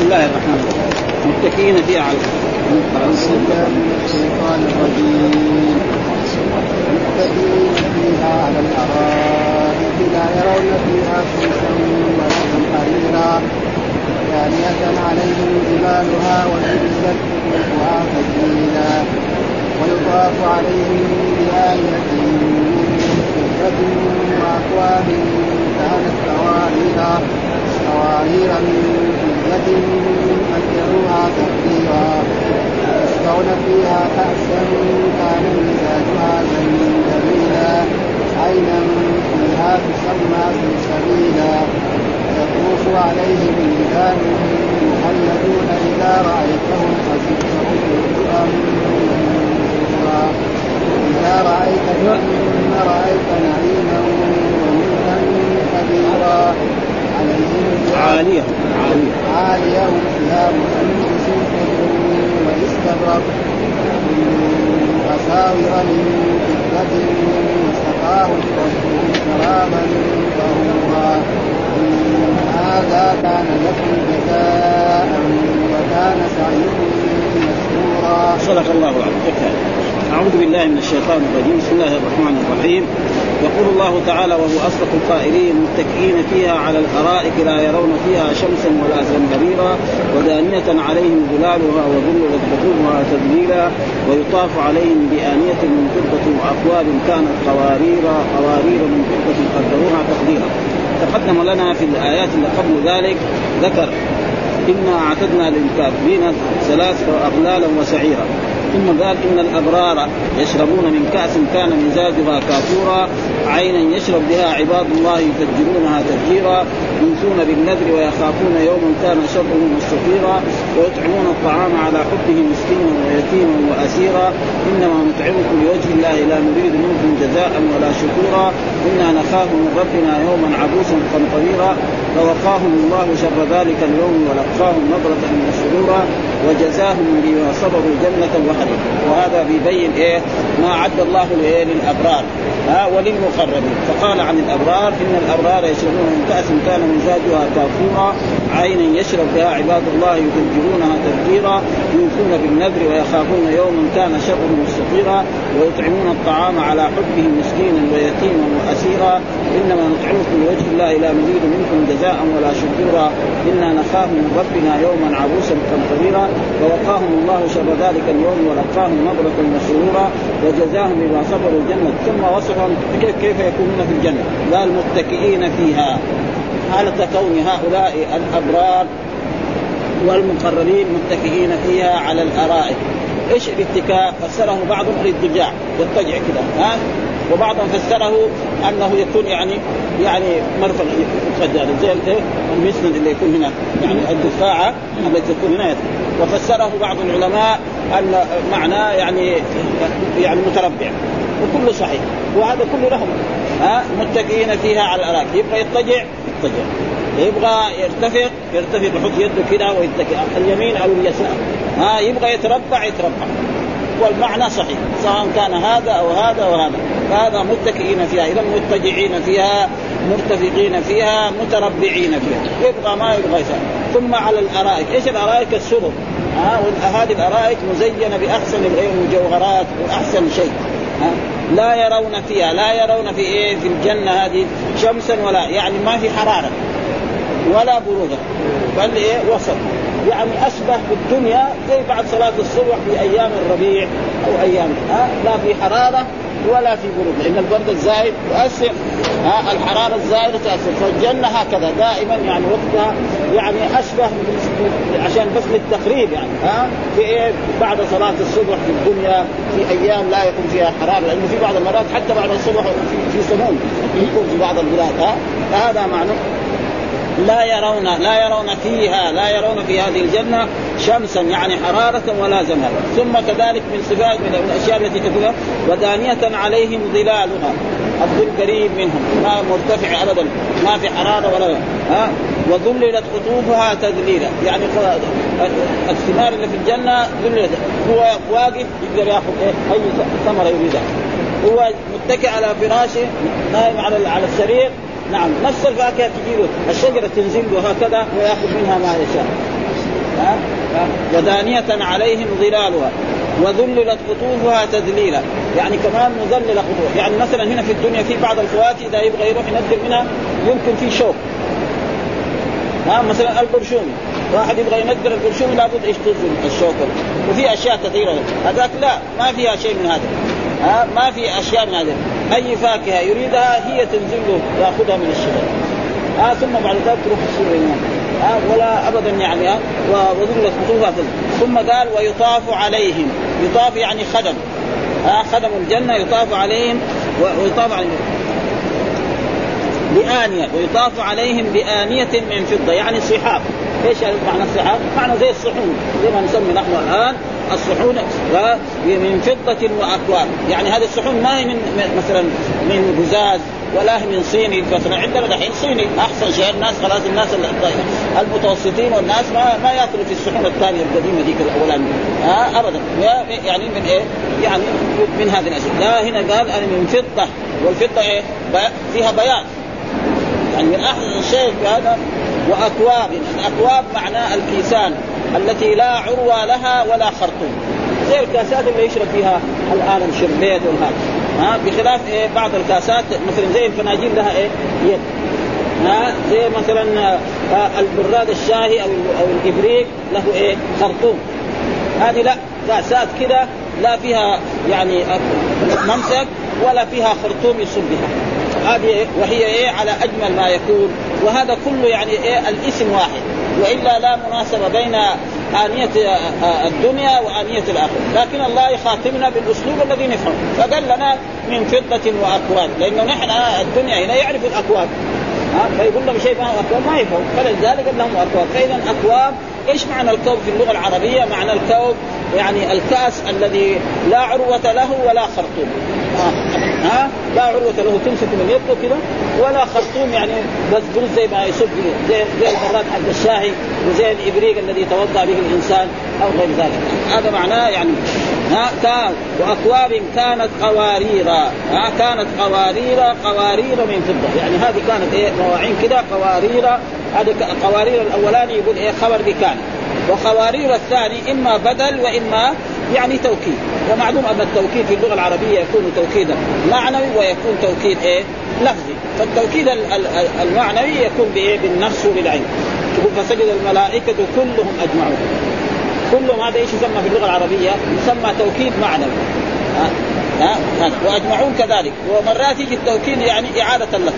الله الرحمن الرحيم. متكئين فيها على الشيطان الرجيم. متكئين فيها على الأرائك لا يرون فيها شمسا ولا زمهريرا دانية عليهم ظلالها وذللت قطوفها تذليلا ويطاف عليهم بآنية من فضة وأكواب كانت قوارير من فضة قدروها تقديرا يسقون فيها كأسا كان مزاجها زنجبيلا عينا فيها تسمى سلسبيلا يطوف عليهم رجال مخلدون إذا رأيتهم حسبتهم لؤلؤا منثورا إذا رأيت ثم رأيت نعيما وملكا كبيرا عاليهم ثياب سندس خضر واستبرق أساور من فضة وسقاهم ربهم شرابا طهورا هذا كان لكم جزاء وكان سعيكم مشكورا. صدق الله العظيم. أعوذ بالله من الشيطان الرجيم. بسم الله الرحمن الرحيم. يقول الله تعالى وهو أصدق القائلين متكئين فيها على الأرائك لا يرون فيها شمسا ولا زمهريرا ودانية عليهم ظلالها وذللت قطوفها تذليلا ويطاف عليهم بآنية من فضة وأكواب كانت قوارير من فضة قدروها تقديرا. تقدم لنا في الآيات اللي قبل ذلك ذكر إنا أعتدنا للكافرين سلاسل وأغلالا وسعيرا ثم قال إن الأبرار يشربون من كأس كان مزاجها كافورا عينا يشرب بها عباد الله يفجرونها تفجيرا يوفون بالنذر ويخافون يوما كان شره مستطيرا ويطعمون الطعام على حبه مسكينا ويتيما وأسيرا إنما نطعمكم لوجه الله لا نريد منكم جزاء ولا شكورا إنا نخاف من ربنا يوما عبوسا قمطريرا فوقاهم الله شر ذلك اليوم ولقاهم نظرة وسرورا وجزاهم بما صبروا جنة وحريرا. وهذا بيبين ما عد الله للأبرار وللمقربين. فقال عن الأبرار إن الأبرار يشربون من كأس كان مزاجها كافورا عينا يشرب بها عباد الله يفجرونها تفجيرا يوفون بالنذر ويخافون يوما كان شره مستطيرا ويطعمون الطعام على حبه مسكينا ويتيما وأسيرا إنما نطعمكم لوجه الله لا نريد منكم جزاء ولا شكورا إنا نخاف من ربنا يوما عبوسا قمطريرا فوقاهم الله شر ذلك اليوم ولقاهم نظرة وسرورا وجزاهم بما صبروا الجنة. ثم وصفهم كيف يكونون في الجنة قال متكئين فيها حالة كون هؤلاء الأبرار والمقربين متكئين فيها على الأرائك. إيش الاتكاء؟ فسره بعضهم الاتجاع يضطجع كده وبعضهم فسره أنه يكون يعني مرفق يتفجر زي المسند اللي يكون هنا يعني الدفاعة التي تكون هنا. وفسره بعض العلماء أن معناه يعني متربع وكله صحيح وهذا كله لهم متكئين فيها على الأرائك. يبغى يضطجع يبغى يرتفع بحط يده كده ويتكئ اليمين أو اليسار يبغى يتربع والمعنى صحيح سواء كان هذا أو هذا وهذا. فهذا متكئين فيها إذا متجعين فيها مرتفقين فيها متربعين فيها يبغى ما يبغى يسار. ثم على الأرائك. إيش الأرائك؟ السرر وهذه الأرائك مزينة بأحسن المجوهرات وأحسن شيء. لا يرون في الجنة هذه شمسا ولا يعني ما في حرارة ولا برودة بل وسط يعني أشبه بالدنيا زي بعد صلاة الصبح في أيام الربيع أو أيام لا في حرارة ولا في برودة. إن البرد الزائد يؤثر الحرارة الزائدة تؤثر. فالجنة هكذا دائما يعني وقتها يعني أشبه عشان بس للتقريب يعني في بعد صلاة الصبح في الدنيا في أيام لا يكون فيها حرارة لأنه في بعض المرات حتى بعد الصبح في سموم يكون في بعض البلاد فهذا معنى لا يرون في هذه الجنة شمسا يعني حرارة ولا زمهريرا. ثم كذلك من صفات من الأشياء التي تكون ودانية عليهم ظلالها الظل قريب منهم ما مرتفع أبدا ما في حرارة ولا وذللت قطوفها تذليلا يعني الثمار اللي في الجنة ذللت هو واقف يقدر يأخذ أي ثمرة يريدها هو متكئ على فراشه نائم على السرير نعم نفس الفاكهة تجيله الشجرة تنزل له هكذا ويأخذ منها ما يشاء ودانية عليهم ظلالها وذللت قطوفها تذليلا. يعني كمان مذللة قطوف. يعني مثلا هنا في الدنيا في بعض الفواكه إذا يبغى يروح ينزل منها يمكن في شوك، مثلا البرشومي، واحد يبغى ينزل البرشومي لابد ايش تنزل الشوك. وفي اشياء كثيره، هذاك لا ما فيها شيء من هذا، ما في اشياء من هذا. اي فاكهه يريدها هي تنزل له ياخذها من الشجر، ثم بعد ذلك تروح تصير ولا ابدا يعني. وذلت قطوفها. ثم قال ويطاف عليهم، يطاف يعني خدم، خدم الجنه يطاف عليهم ويطاف عليهم بآنية، ويطاف عليهم بآنية من فضة، يعني صحاف. ايش معنى الصحاف؟ معنى زي الصحون، زي ما نسمي نحن الآن الصحون من فضة وأكواب. يعني هذه الصحون ما هي من مثلا من جزاز ولا هي من صيني. مثلا عندنا دحين صيني أحسن شيء، الناس خلاص الناس المتوسطين والناس ما يأكلوا في الصحون الثانية القديمة ديك الأولانية أبدا. يعني من إيه؟ يعني من هذه الأشياء. لا هنا قال أنا من فضة، والفضة إيه؟ فيها بياض، يعني من أحسن الشيء في هذا. وأكواب، الأكواب معناه الكيسان التي لا عروة لها ولا خرطوم، زي الكاسات اللي يشرب فيها الآن الشربيت والهذا، بخلاف إيه بعض الكاسات مثلا زي الفناجين لها إيه يد، زي مثلا البراد الشاهي أو الإبريق له إيه خرطوم. هذه لا، كاسات كده لا فيها يعني ممسك ولا فيها خرطوم يصب بها. هذه وهي إيه على أجمل ما يكون. وهذا كله يعني إيه الاسم واحد، وإلا لا مناسبة بين آنية الدنيا وآنية الآخرة. لكن الله يخاطبنا بالأسلوب الذي نفهم، فقال لنا من فضة وأكواب، لأنه نحن الدنيا هنا يعرف الأكواب، فيقول لهم شيء ما هو أكواب ما يفهم، فلذلك قال لهم أكواب. فإذا أكواب إيش معنى الكوب في اللغة العربية؟ معنى الكوب يعني الكأس الذي لا عروة له ولا خرطوم، لا عروة له تمسك من يده كده ولا خرطوم، يعني بس زي ما يصب زي البراد حق الشاهي وزي الإبريق الذي يتوضأ به الإنسان أو غير ذلك. هذا معناه يعني وأكواب كانت قواريرا، كانت قوارير من فضة. يعني هذه كانت إيه مواعين كده قوارير. هذه قوارير الأولاني يقول إيه خبر بكان، وقوارير الثاني إما بدل وإما يعني توكيد. ومعلوم أن التوكيد في اللغة العربية يكون توكيدا معنوي ويكون توكيد إيه لفظي. فالتوكيد المعنوي يكون بإيه بالنفس وبالعين. فسجد الملائكة كلهم أجمعون، كلهم هذا إيش يسمى في اللغة العربية؟ يسمى توكيد معنوي. وأجمعون كذلك. ومرات يجي التوكيد يعني إعادة اللفظ.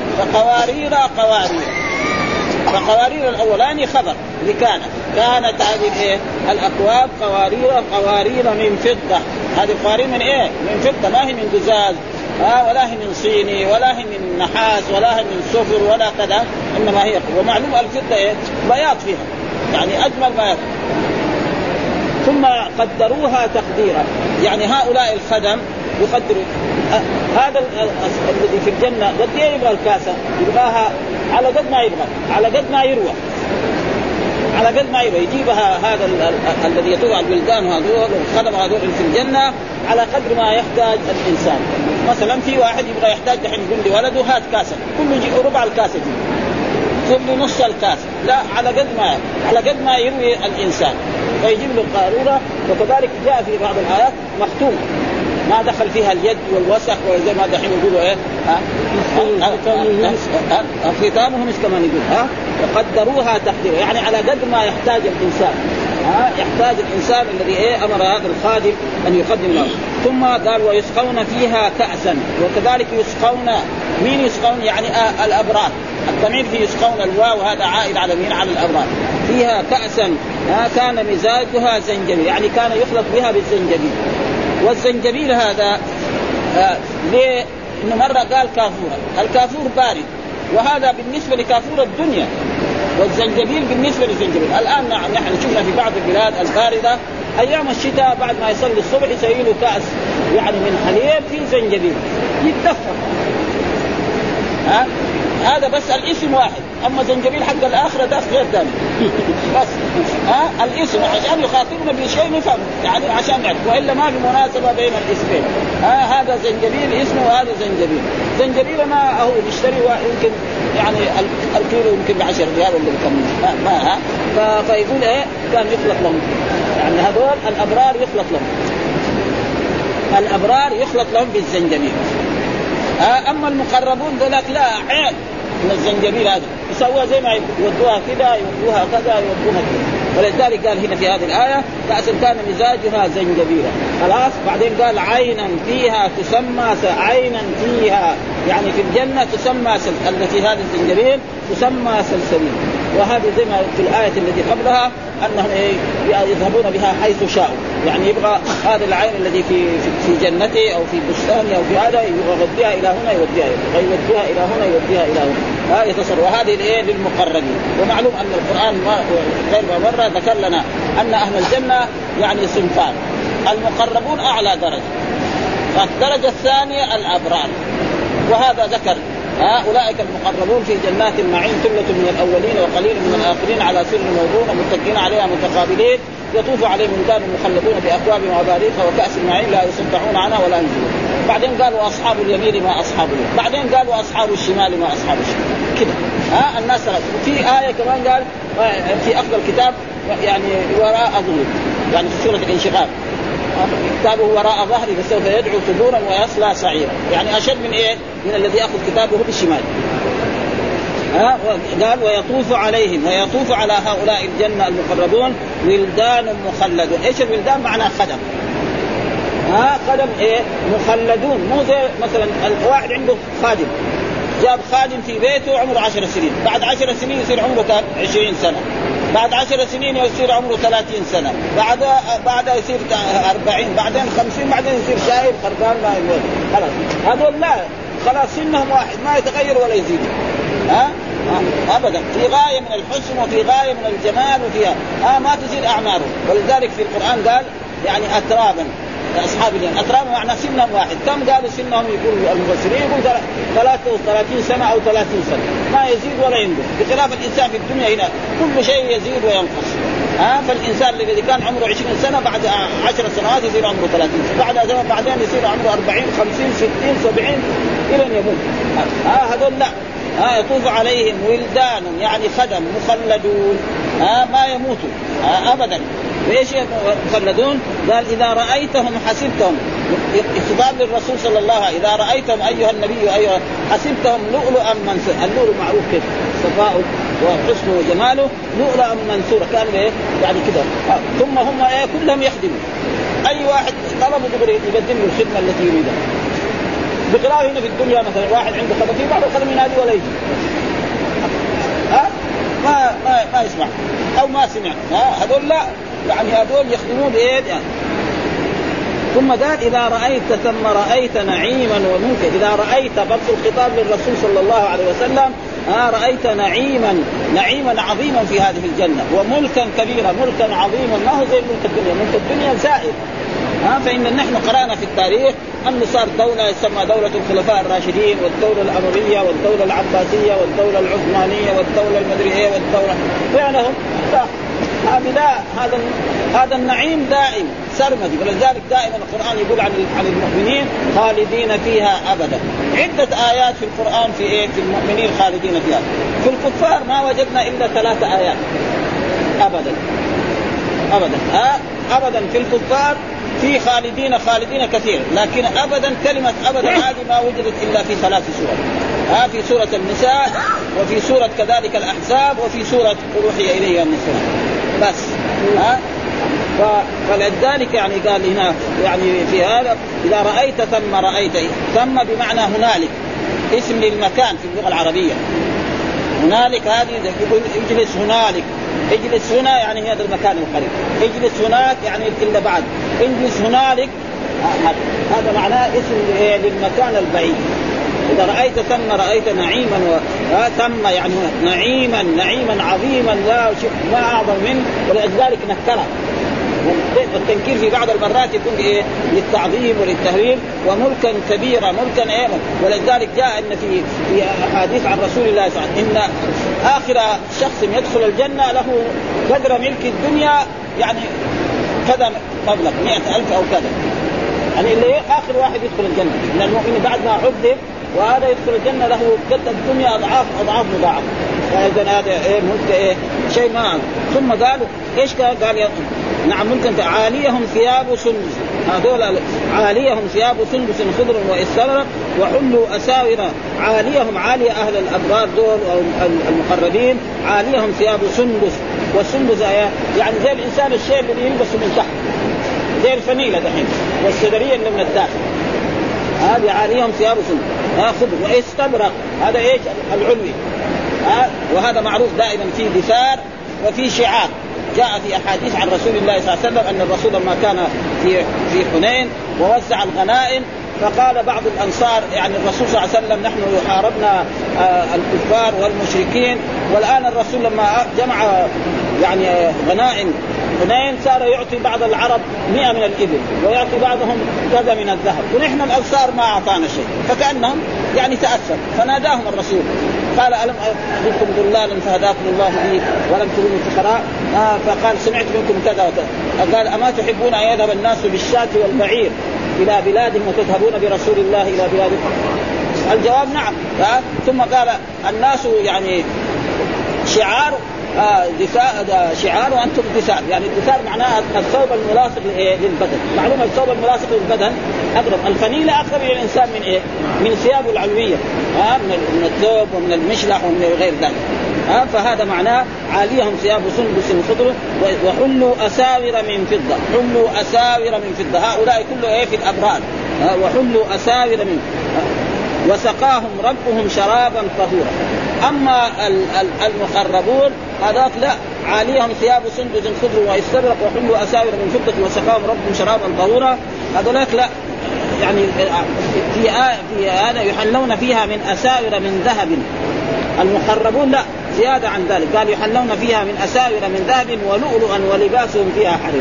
فقوارير الأولاني خبر كانت هذه إيه الأكواب قوارير من فضة. هذه قوارير من إيه؟ من فضة، ما هي من جزاز ولا هي من صيني ولا هي من نحاس ولا هي من صفر ولا كذا، إنما هي. ومعلوم الفضة إيه؟ بياض فيها، يعني أجمل ما يكون. ثم قدروها تقديرا، يعني هؤلاء الخدم يقدروا هذا الذي في الجنة قد يبغى الكاسة، يبغاها على قد ما يبغى، على قد ما يروى، على قد ما يبغى يجيبها. هذا الذي يطوع البلدان هذول الخدم هذول في الجنة على قدر ما يحتاج الإنسان. مثلا في واحد يبغى يحتاج دحين يقول لي ولده هات كاسة، كله يجي ربع الكاسة دي، كله نص الكاسة، لا على قد ما يروي الإنسان فيجيب له قارورة. وكذلك جاء في بعض الآيات مختوم ما دخل فيها اليد والوسخ، وزي ما دحين يقولوا ايه ختامهم كما يقول وقدروها تقديرا، يعني على قد ما يحتاج الإنسان، يحتاج الإنسان الذي ايه امر هذا الخادم ان يقدم له. ثم قال ويسقون فيها كأسا، وكذلك يسقون. مين يسقون؟ يعني الأبرار. الضمير في يسقون الواو هذا عائد على مين؟ على الأبرار. فيها كأسا كان مزاجها زنجبيل، يعني كان يخلط بها بالزنجبيل. والزنجبيل هذا ليه؟ إنه مرة قال كافورا، الكافور بارد، وهذا بالنسبة لكافور الدنيا، والزنجبيل بالنسبة للزنجبيل. الآن نحن شفنا في بعض البلاد الباردة أيام الشتاء بعد ما يصلي الصبح يسويله كأس يعني من حليب في زنجبيل يتدفق. هذا بس الاسم واحد، اما زنجبيل حق الاخره ده غير ثاني بس الاسم عشان يخاطبنا بشيء نفهم يعني عشان نعرف، والا ما في مناسبه بين الاسمين. هذا زنجبيل اسمه وهذا زنجبيل ما هو بيشتري يمكن يعني الكيلو يمكن ب10 ريال ولا بكم ما فيقول ايه كان يخلط لهم يعني هذول الابرار يخلط لهم، الابرار يخلط لهم بالزنجبيل. اما المقربون ذلك لا عين من الزنجبيل هذا يسووها زي ما يودوها كذا يودوها كذا يودوها كذا. ولذلك قال هنا في هذه الآية كأس كان مزاجها زنجبيلا خلاص. بعدين قال عينا فيها تسمى عينا فيها يعني في الجنة تسمى التي هذا الزنجبيل تسمى سلسبيل. وهذه زي ما في الآية التي قبلها أنهم يذهبون بها حيث شاءوا، يعني يبغى هذا العين الذي في جنته أو في بستانه أو في هذا يوديها إلى هنا يوديها إلى هنا يوديها إلى هنا يتصر. وهذه الإيه للمقربين. ومعلوم أن القرآن غير مرة ذكر لنا أن أهل الجنة يعني صنفان، المقربون أعلى درجة، والدرجة الثانية الأبرار. وهذا ذكر أولئك المقربون في جنات النعيم ثلة من الأولين وقليل من الآخرين على سر موضون متكئين عليها متقابلين يطوف عليهم ولدان مخلدون بأكواب وأباريق وكأس معين لا يصدعون عنها ولا ينزلون. بعدين قالوا أصحاب اليمين ما أصحاب اليمين، بعدين قالوا أصحاب الشمال ما أصحاب الشمال كده. الناس في آية كمان قال في أفضل الكتاب يعني وراء ظهور، يعني في سورة الانشقاق كتابه وراء ظهري فسوف يدعو ثبورا ويصلى سعيرا، يعني أشد من إيه من الذي يأخذ كتابه بالشمال. قال ويطوف عليهم ويطوف على هؤلاء الجنة المقربون ولدان مخلدون. إيش الولدان؟ معنى خدم. خدم إيه مخلدون، مو زي مثلا الواحد عنده خادم جاب خادم في بيته عمره 10 سنين، بعد 10 سنين يصير عمره 20 سنة، بعد 10 سنين يصير عمره 30 سنة، بعد يصير 40، بعدين 50، بعدين يصير شايب خربان ما يموت خلاص. هذول لا خلاص سنهم واحد ما يتغير ولا يزيد أبدا، في غاية من الحسن وفي غاية من الجمال وفيها ما تزيد أعمارهم. ولذلك في القرآن قال يعني أترابا أصحاب الجنة، أترابا معنى سنهم واحد. كم قالوا سنهم؟ يقول المفسرين يقول 33 سنة أو 30 سنة ما يزيد ولا ينقص، بخلاف الإنسان في الدنيا هنا كل شيء يزيد وينقص. فالإنسان الذي كان عمره 20 سنة بعد 10 سنوات يصير عمره 30 سنة، بعدين يصير عمره 40 50 60 70 إلى أن يموت. هذول لا يطوف عليهم ولدان يعني خدم مخلدون ما يموتوا أبدا. ليش مخلدون؟ قال إذا رأيتهم حسبتهم، خطاب للرسول صلى الله عليه وسلم، إذا رأيتهم أيها النبي أيها حسبتهم لؤلؤا منثورا. اللؤلؤ معروف كيف صفاؤه وحسنه وجماله، لؤلؤا منثورا كان يعني كده. ثم هم كلهم يخدموا، أي واحد طلبوا يقدم له الخدمة التي يريدها. بخلاف هنا في الدنيا مثلا واحد عنده خدم في بعض الخدم ينادي ولا يجي ما يسمع أو ما سمع. هذول لا يعني هذول يخدمون بإيه يعني. ثم قال إذا رأيت ثم رأيت نعيما وملكا. إذا رأيت برضو الخطاب للرسول صلى الله عليه وسلم رأيت نعيما عظيما في هذه الجنة وملكا كبيرا، ملكا عظيما ما هو زي ملك الدنيا، ملك الدنيا زائد. فإن نحن قرأنا في التاريخ أن صار دولة يسمى دولة الخلفاء الراشدين والدولة الأموية والدولة العباسية والدولة العثمانية والدولة المدرية والدولة فعلهم هذا النعيم دائم سرمدي. ولذلك دائما القرآن يقول عن المؤمنين خالدين فيها أبدا. عدة آيات في القرآن في المؤمنين خالدين فيها. في الكفار ما وجدنا إلا 3 آيات أبدا أبدا في الكفار في خالدين كثير، لكن أبدا كلمة أبدا هذه ما وجدت إلا في 3 سور. في سورة النساء وفي سورة كذلك الأحزاب وفي سورة أوحي إليها النساء بس. فلذلك يعني قال هنا يعني في هذا إذا رأيت ثم رأيت، ثم بمعنى هنالك اسم للمكان في اللغة العربية. هنالك هذه يقول اجلس هنالك، اجلس هنا يعني هذا المكان القريب، اجلس هناك يعني إلا بعد، اجلس هنالك هذا معناه اسم للمكان البعيد. إذا رأيت ثم رأيت نعيما ثم يعني نعيما عظيما لا شيء ما أعظم منه، ولذلك نكره والتنكير في بعض المرات يكون إيه للتعظيم وللتهريم، وملكا كبيرا ملكا إيه. ولذلك جاء أن في أحاديث عن رسول الله صلى الله عليه وسلم إن آخر شخص يدخل الجنة له قدر ملك الدنيا يعني كذا مبلغ 100,000 أو كذا، يعني اللي آخر واحد يدخل الجنة من المؤمن بعد ما عذب، وهذا يدخل الجنة له قد الدنيا أضعاف مضاعفة. فإذا هذا إيه ملك إيه شيء ما. ثم قالوا إيش قال نعم ممكن عاليهم ثياب سندس، هذول عاليهم ثياب سندس خضر واستبرق وحلوا أساور. عاليهم عالية أهل الأبرار دول أو المقربين عاليهم ثياب سندس. والسندس يعني زي الإنسان الشيء اللي يلبسه من تحت زي الفنيلة دحين، والسدرية اللي من الداخل هذه عاليهم ثياب سندس خضر واستبرق. هذا إيش العلوي. وهذا معروف دائما في دثار وفي شعار. جاء في أحاديث عن رسول الله صلى الله عليه وسلم أن الرسول لما كان في حنين ووزع الغنائم فقال بعض الأنصار يعني الرسول صلى الله عليه وسلم نحن يحاربنا الكفار والمشركين، والآن الرسول لما جمع يعني غنائم حنين صار يعطي بعض العرب 100 من الإبل ويعطي بعضهم كذا من الذهب، ونحن الأنصار ما أعطانا شيء. فكأنهم يعني تأثر فناداهم الرسول قال ألم أجدكم ضلالا فهداكم الله به ولم تكونوا فقراء؟ فقال سمعت منكم كذا وكذا. قال أما تحبون أن يذهب الناس بالشاة والبعير إلى بلادهم وتذهبون برسول الله إلى بلادكم؟ الجواب نعم. ثم قال الناس يعني شعار شعار وأنتم دثار. يعني الدثار معناه الثوب الملاصق للبدن. معلوم الثوب الملاصق للبدن أقرب. الفنيلة أقرب إلى الإنسان من إيه؟ من ثيابه العلوية من الثوب ومن المشلح ومن غير ذلك. فهذا معناه عاليهم ثياب سندس خضر وحلوا أساور من فضة. حلوا أساور من فضة. هؤلاء كله إيه في الأبرار. وحلوا أساور من وسقاهم ربهم شرابا طهورا. أما المقربون هذاك لا، عاليهم ثياب سندس خضر واستبرق وحلوا أساور من فضة وسقاهم ربهم شرابا طهورا. هذولاك لا، يعني في هذا يحلون فيها من أساور من ذهب. المقربون لا، زيادة عن ذلك قال يحلون فيها من أساور من ذهب ولؤلؤا ولباسهم فيها حرير.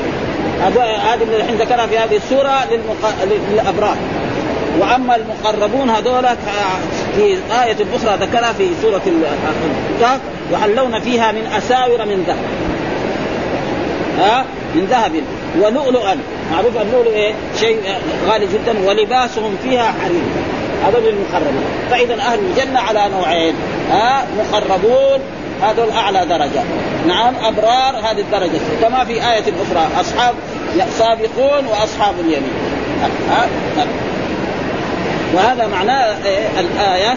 هذا اللي الحين ذكرها في هذه السورة للأبرار. وأما المقربون هذول في آية أخرى ذكرها في سورة الكهف يحلون فيها من أساور من ذهب من ذهب ولؤلؤا. معروف اللؤلؤ إيه؟ شيء غالي جدا. ولباسهم فيها حرير. هذول المقربون. فإذا أهل الجنة على نوعين، مقربون هذول أعلى درجة، نعم أبرار هذه الدرجة، كما في آية أخرى أصحاب سابقون وأصحاب اليمين. وهذا معناه الآية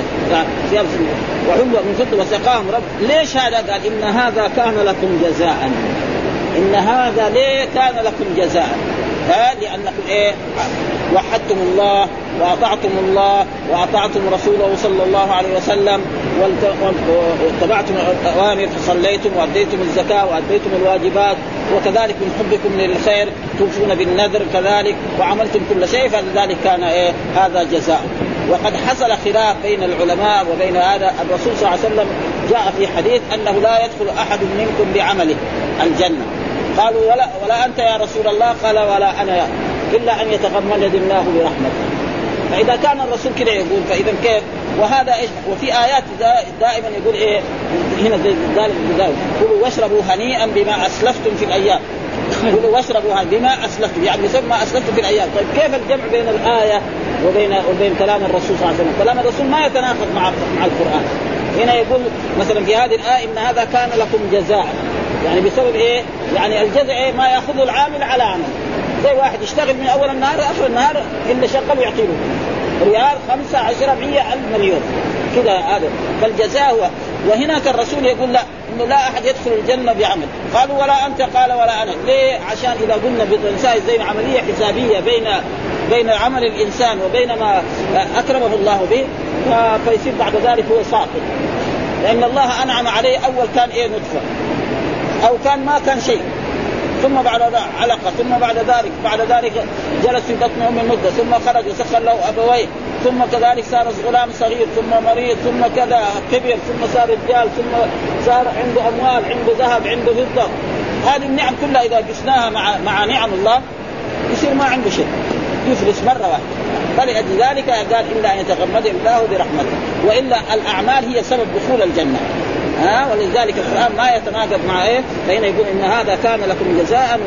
وحلوا من فضة وسقاهم رب. ليش هذا قال إن هذا كان لكم جزاء؟ إن هذا ليه كان لكم جزاء؟ لأنكم إيه وحدتم الله وأطعتم الله وأطعتم رسوله صلى الله عليه وسلم واتبعتم الأوامر فصليتم وأديتم الزكاة وأديتم الواجبات، وكذلك من حبكم للخير توفون بالنذر كذلك وعملتم كل شيء، فلذلك كان إيه هذا جزاء. وقد حصل خلاف بين العلماء وبين هذا. الرسول صلى الله عليه وسلم جاء في حديث أنه لا يدخل أحد منكم بعمله الجنة. قالوا ولا أنت يا رسول الله؟ قال ولا أنا إلا أن يتغمدني الله برحمته. فإذا كان الرسول كده يقول فإذا كيف؟ وهذا إيش؟ وفي آيات دائما يقول إيه هنا ذلك كلوا واشربوا هنيئا بما أسلفتم في الأيام. كلوا واشربوا بما أسلفتم، يعني بسبب ما أسلفتم في الأيام. طيب كيف الجمع بين الآية وبين كلام الرسول صلى الله عليه وسلم؟ كلام الرسول ما يتناقض مع القرآن. هنا يقول مثلا في هذه الآية إن هذا كان لكم جزاء، يعني بسبب إيه؟ يعني الجزاء إيه؟ ما يأخذ العامل على عمل. زي واحد يشتغل من أول النهار آخر النهار اللي شغل يعطيه ريال 5 10 100 ألف مليون كده هذا. فالجزاء هو. وهناك الرسول يقول لا، إنه لا أحد يدخل الجنة بعمل. قالوا ولا أنت؟ قال ولا أنا. ليه؟ عشان إذا قلنا بالإنسان زي عملية حسابية بين عمل الإنسان وبين ما أكرمه الله به، فيصير بعد ذلك هو ساقط. لأن الله أنعم عليه أول كان إيه نطفة أو كان ما كان شيء، ثم بعد علقة، ثم بعد ذلك جلس في بطن أم مدة، ثم خرج وسخر له أبويه، ثم كذلك صار غلام صغير، ثم مريض، ثم كذا كبر، ثم صار رجال، ثم صار عنده أموال، عنده ذهب، عنده فضة، هذه النعم كلها إذا قسناها مع نعم الله يصير ما عنده شيء، يفلس مرة واحدة. فلذلك قال إلا أن يتغمده الله برحمته، وإلا الأعمال هي سبب دخول الجنة. ولذلك القرآن ما يتناقض مع فإن يقول إن هذا كان لكم جزاء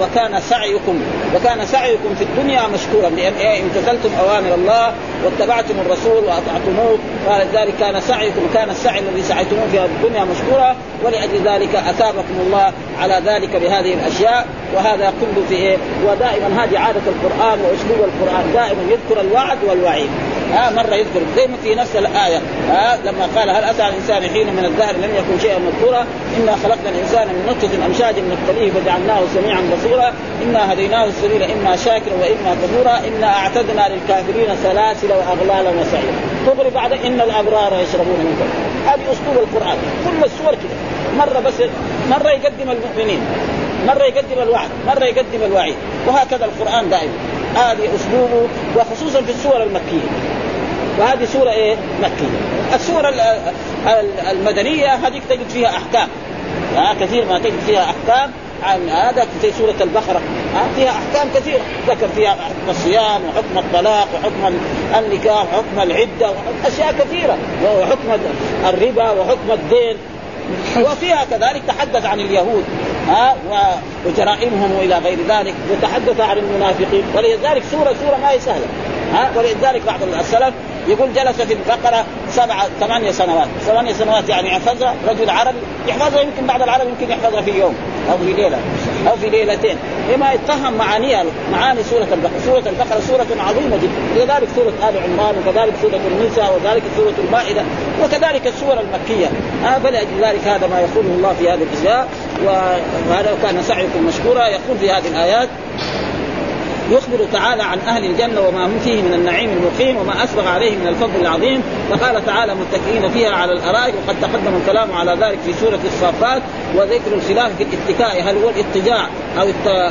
وكان سعيكم في الدنيا مشكورا، لأن امتثلتم أوامر الله واتبعتم الرسول وأطعتموه، فلذلك كان السعي الذي سعيتموه في الدنيا مشكورا، ولأجل ذلك أثابكم الله على ذلك بهذه الأشياء. وهذا كله في ودائما هذه عادة القرآن وأسلوب القرآن، دائما يذكر الوعد والوعيد. مرة يذكر زي ما في نفس الآية لما قال هل أتى الإنسان حين من الدهر لم يكن شيئا مذكورا، إنا خلقنا الإنسان من نطفة أمشاج نبتليه فجعلناه سميعا بصيرا، إنا هديناه السبيل إما شاكرا وإما كفورا، إنا أعتدنا للكافرين سلاسل وأغلالا وسعيرا. تغري بعد إن الأبرار يشربون من كذا. هذه أسلوب القرآن كل السور كده، مرة يقدم المؤمنين، مرة يقدم الوعد، مرة يقدم الوعيد، وهكذا القرآن دائما هذه أسلوبه، وخصوصا في السور المكية. وهذه سورة مكية. السورة المدنية هذه تجد فيها أحكام كثير، ما تجد فيها أحكام عن هذا زي سورة البقرة فيها أحكام كثيرة، ذكر فيها حكم الصيام وحكم الطلاق وحكم النكاح وحكم العدة وأشياء كثيرة، وحكم الربا وحكم الدين. وفيها كذلك تحدث عن اليهود وجرائمهم وإلى غير ذلك، وتحدث عن المنافقين. ولذلك سورة ما هي سهلة. ولذلك بعض السلف يقول جلس في البقرة 8 سنوات يعني يحفظها رجل عربي يحفظها، يمكن بعض العرب يمكن يحفظها في يوم أو في ليلة أو في ليلتين، لما يتفهم معاني سورة البقرة. سورة البقرة سورة عظيمة جدا، وكذلك سورة آل عمران، وكذلك سورة النساء، وكذلك سورة المائدة، وكذلك السور المكية. فلأجل ذلك هذا ما يقوله الله في هذه الأشياء. وهذا كان سعيكم مشكورا. يقول في هذه الآيات يخبر تعالى عن أهل الجنة وما هم فيه من النعيم المقيم وما أسبغ عليه من الفضل العظيم. فقال تعالى متكئين فيها على الأرائك، وقد تقدم الكلام على ذلك في سورة الصافات، وذكر الخلاف في الاتكاء، هل هو الاتجاع أو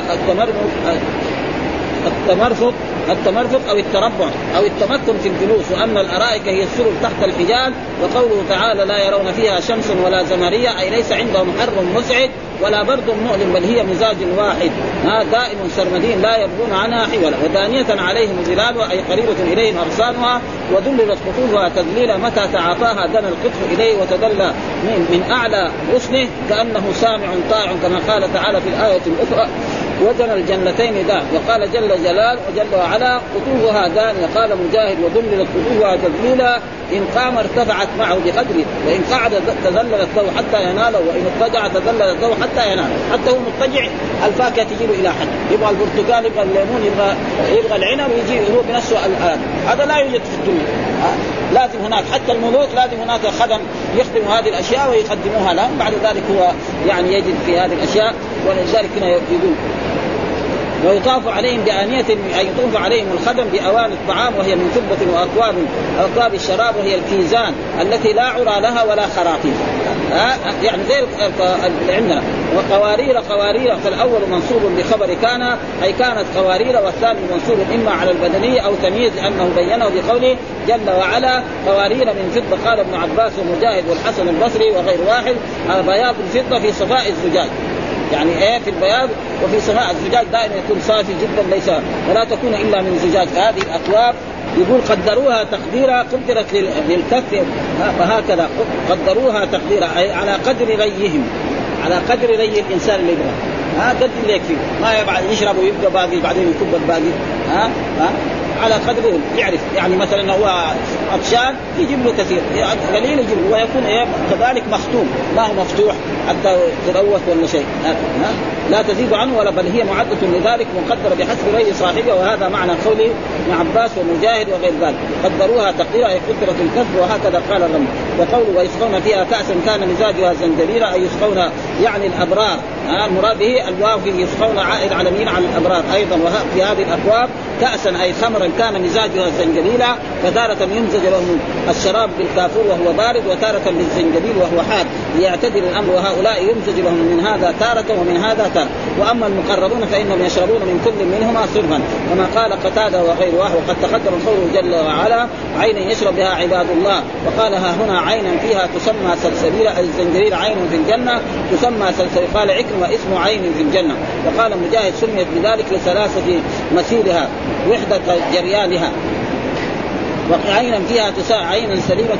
التمرفق أو التربع أو التمكن في الجلوس، وأن الأرائك هي السرر تحت الحجال. وقوله تعالى لا يرون فيها شمسا ولا زمهرية، أي ليس عندهم حر مسعد ولا برد مؤلم، بل هي مزاج واحد دائم سرمدين لا يبغون عنها حولا. ودانية عليهم ظلالها، أي قريبة إليهم أغصانها، وذللت قطوفها تذليلا متى تعاطاها دنا القطف إليه وتدلى من أعلى غصنه كأنه سامع طائع، كما قال تعالى في الآية الأخرى وزن الجنتين دان. وقال جل جلال وجل وعلا قطوفها دانية. قال مجاهد وذللت قطوفها تذليلا، إن قام ارتفعت معه بقدره، وإن قعد تذللت له حتى يناله، وإن اضطجع تذللت له حتى يناله. حتى هو مضطجع الفاكهة تجيله إلى حد، يبغى البرتقال، يبغى الليمون، يبغى العنب، ويجي هو بنفسه الآن. هذا لا يوجد في الدنيا. لازم هناك حتى الملوك لازم هناك خدم يخدموا هذه الأشياء ويقدموها لهم، بعد ذلك هو يعني يجد في هذه الأشياء. ولذلك هنا يقول ويطاف عليهم بآنية، أي يطوف عليهم الخدم بأواني الطعام وهي من فضة، وأكواب الشراب وهي الكيزان التي لا عرى لها ولا خراطيم، يعني زي اللي عندنا. وقوارير، فالأول منصوب بخبر كان، أي كانت قوارير، والثاني منصوب إما على البدنية أو تمييز، لأنه بينه بقوله جل وعلا قوارير من فضة. قال ابن عباس ومجاهد والحسن البصري وغير واحد بياض الفضة في صفاء الزجاج، يعني في البياض وفي صفاء الزجاج دائما يكون صافي جدا، ليس ولا تكون إلا من زجاج. هذه الأكواب يقول قدروها تقديرا، قدرت للكف، فهكذا قدروها تقديرا، أي على قدر ريهم، على قدر ري الإنسان اللي يقرأ، قد اللي يكفي، ما يبعد يشرب ويبقى باقي بعدين يكب الباقي، على قدره يعرف. يعني مثلا هو عطشان يجيب له كثير، قليل يجيب له، ويكون كذلك مختوم، ما هو مفتوح حتى تروث ولا شيء، لا تزيد عنه ولا، بل هي معدة لذلك مقدرة بحسب ري صاحبها. وهذا معنى قوله ابن عباس ومجاهد وغير ذلك، قدروها تقديرا أي قدرة الكسب، وهكذا قال الرمل. وقوله ويسقون فيها كأسا كان مزاجها زنجبيلا، أي يسقون يعني الأبرار، المراد به الواو يسقون عائد على مين؟ على الأبرار أيضا. وفي هذه الأكواب كأسا أي خمرا كان مزاجها زنجبيلا، فتارة يمزج لهم الشراب بالكافور وهو بارد، وتارة بالزنجبيل وهو حاد، ليعتدل الأمر. وهؤلاء يمزج لهم من هذا تارة ومن هذا تارة. وأما المقربون فإنهم يشربون من كل منهما صرفا، كما قال قتادة وغيره. وقد تقدم قوله جل وعلا عينا يشرب بها عباد الله، وقالها هنا عينا فيها تسمى سلسبيلا، الزنجبيل عين في الجنة تسمى سلسبيل. قال عكرمة واسم عين في الجنة. وقال مجاهد سميت بذلك لثلاثة مسيرها وحدة جريانها، وعينا فيها تساء عينا سليمة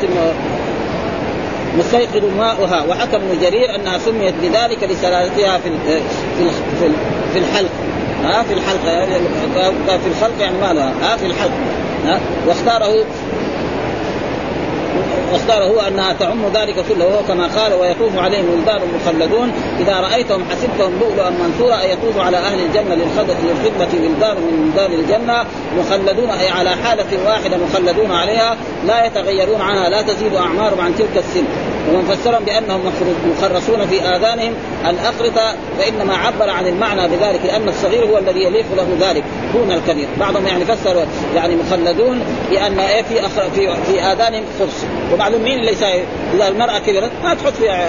مستيقظ ماؤها. وحكم ابن جرير أنها سميت بذلك لسلالتها في الحلق، في الحلق في الخلق يعني ما لها في الحلق. واختاره أنها تعم ذلك كله، وهو كما قال ويطوف عليهم ولدان مخلدون إذا رأيتهم حسبتهم لؤلؤا منثورا، أي يطوف على أهل الجنة للخدمة ولدان من ولدان الجنة مخلدون، أي على حالة واحدة مخلدون عليها لا يتغيرون عنها، لا تزيد أعمارهم عن تلك السن. ومن فسرهم بأنهم مخرصون في آذانهم الأخرطة فإنما عبر عن المعنى بذلك، لأن الصغير هو الذي يليق له ذلك دون الكبير. بعضهم يعني فسر يعني مخلدون بأن في آذانهم خرص. ومعلوم مين اللي يساوي إذا المرأة كبرت ما تحط فيها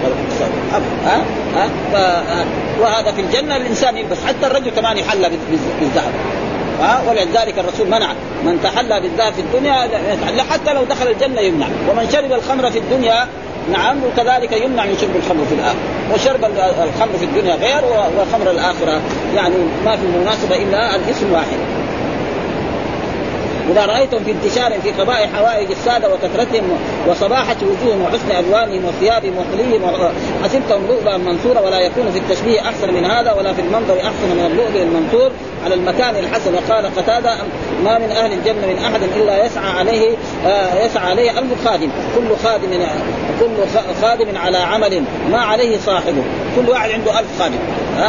وهذا في الجنة الإنسان يلبس، حتى الرجل كمان يحلى بالذهب. ولذلك الرسول منع من تحلى بالذهب في الدنيا حتى لو دخل الجنة يمنع. ومن شرب الخمر في الدنيا نعم وكذلك يمنع من شرب الخمر في الآخرة. وشرب الخمر في الدنيا غير وخمر الآخرة يعني ما في مناسبة إلا الاسم واحد. إذا رأيتم في انتشار في قضاء حوائج السادة وكثرتهم وصباحة وجوههم وحسن ألوانهم وثيابهم وحليهم حسبتهم لؤلؤا منثورا، ولا يكون في التشبيه أحسن من هذا ولا في المنظر أحسن من اللؤلؤ المنثور على المكان الحسن. وقال قتادة ما من أهل الجنة من أحد إلا يسعى عليه 1000 خادم، كل خادم على عمل ما عليه صاحبه، كل واحد عنده 1000 خادم.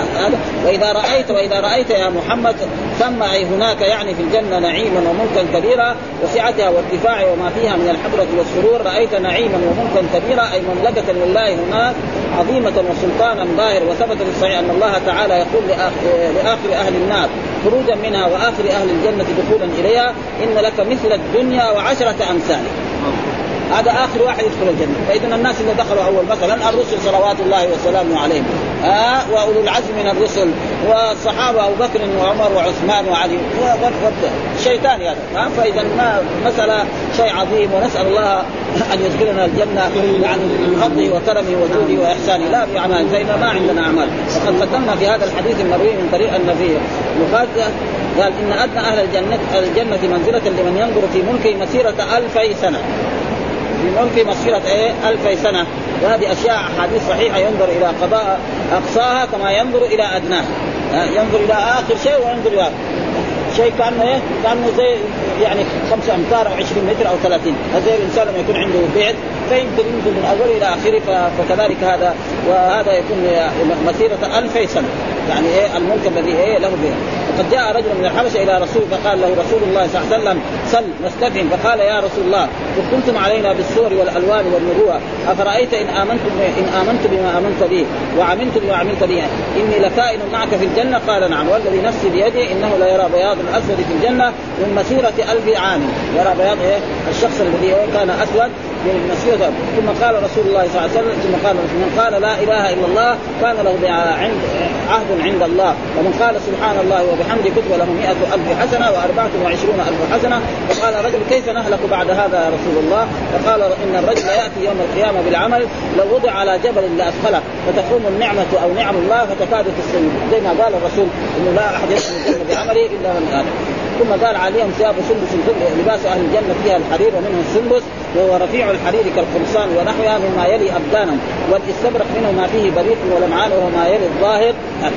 وإذا رأيت يا محمد ثم أي هناك يعني في الجنة نعيما وملكا كبيرا وسعتها وارتفاعها وما فيها من الحبرة والسرور، رأيت نعيما وملكا كبيرا أي مملكة لله هناك عظيمة وسلطانا ظاهر. وثبت في الصحيح أن الله تعالى يقول لآخر أهل النار خروجا منها وآخر أهل الجنة دخولا إليها إن لك مثل الدنيا و10 أمثاله. هذا آخر واحد يدخل الجنة. فإذن الناس اللي دخلوا أول مثلا الرسل صلوات الله وسلامه عليهم وأولو العزم من الرسل والصحابة أبو بكر وعمر وعثمان وعلي والشيطان هذا. فإذا ما مسألة شيء عظيم، ونسأل الله أن يدخلنا الجنة يعني بفضله وكرمه وجوده وإحسانه لا بأعمال، فإن ما عندنا أعمال. وقد قدمنا في هذا الحديث المروي من طريق أن فيه مقادة قال إن أدنى أهل الجنة منزلة لمن ينظر في ملكه مسيرة 1000 سنة، في ملك مسيرة 1000 سنة. وهذه أشياء حديث صحيحة ينظر إلى قضاء أقصاها كما ينظر إلى أدناه، ينظر إلى آخر شيء وينظر إلى شيء كأنه زي يعني 5 أمتار أو 20 متر أو 30. هذا الإنسان لما يكون عنده بعد فيمكن ينظر من أول إلى آخره، فكذلك هذا وهذا يكون مسيرة 1000 سنة يعني الملك الذي له بها. وقد جاء رجل من الحبشة إلى رسول فقال له رسول الله صلى الله عليه وسلم سل نستفهم، فقال يا رسول الله كنتم علينا بالصور والألوان والنبوة أفرأيت إن آمنت بما آمنت به وعملت بما عملت به إني لكائن معك في الجنة؟ قال نعم والذي نفسي بيده إنه لا يرى بياض الأسود في الجنة من مسيرة 1000 عام. يرى بياض الشخص الذي كان أسود من مسيرة. ثم قال رسول الله صلى الله عليه وسلم ثم قال من قال لا إله إلا الله كان له عهد عند الله، ومن قال سبحان الله وبحمده كتب له 100,000 حسنة و24,000 حسنة. فقال الرجل كيف نهلك بعد هذا يا رسول الله؟ فقال إن الرجل يأتي يوم القيامة بالعمل لو وضع على جبل لأسفله فتقوم النعمة أو نعم الله فتكاد تستوي، زي ما قال الرسول إنه لا أحد يدخل الجنة بعمله إلا من آدم. ثم قال عليهم ثياب سندس لباس أهل الجنة فيها الحرير ومنه السندس وهو رفيع الحرير كالقمصان ونحوها مما يلي أبدانهم، والاستبرق منه ما فيه بريق ولمعان وهو ما يلي الظاهر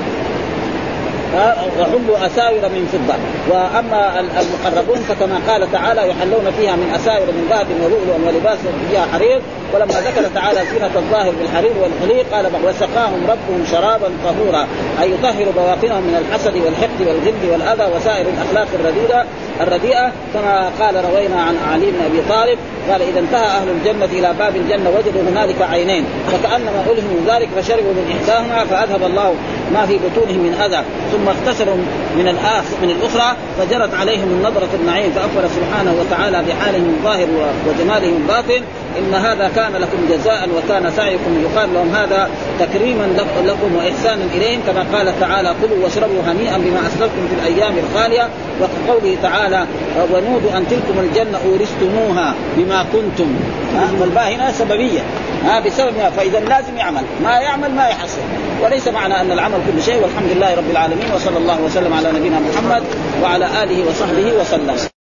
وحلوا أساور من فضة. وأما المقربون فكما قال تعالى يحلون فيها من أساور من ذهب ولؤلؤ ولباس فيها حرير. ولما ذكر تعالى زينة الظاهر بالحرير والحلي قال وسقاهم ربهم شرابا طهورا أي يطهر بواطنهم من الحسد والحقد والغل والأذى وسائر الأخلاق الرديئة كما قال روينا عن علي بن أبي طالب قال إذا انتهى أهل الجنة إلى باب الجنة وجدوا هنالك عينين فكأنما ألهموا ذلك فشربوا من إحداهما فأذهب الله ما في بطونهم من أذى ثم اغتسلوا من الأخرى فجرت عليهم النظرة النعيم فأخبر سبحانه وتعالى بحالهم الظاهر وجمالهم الباطن إن هذا كان لكم جزاء وكان سعيكم. يقال لهم هذا تكريما لكم وإحسانا إليهم كما قال تعالى كلوا واشربوا هنيئا بما أسلفتم في الأيام الخالية. وقوله تعالى ونودوا أن تلكم الجنة أورثتموها بما كنتم. والباء هنا سببية بسبب فإذا لازم يعمل، ما يعمل ما يحصل. وليس معنى أن العمل كل شيء. والحمد لله رب العالمين، وصلى الله وسلم على نبينا محمد وعلى آله وصحبه وسلم.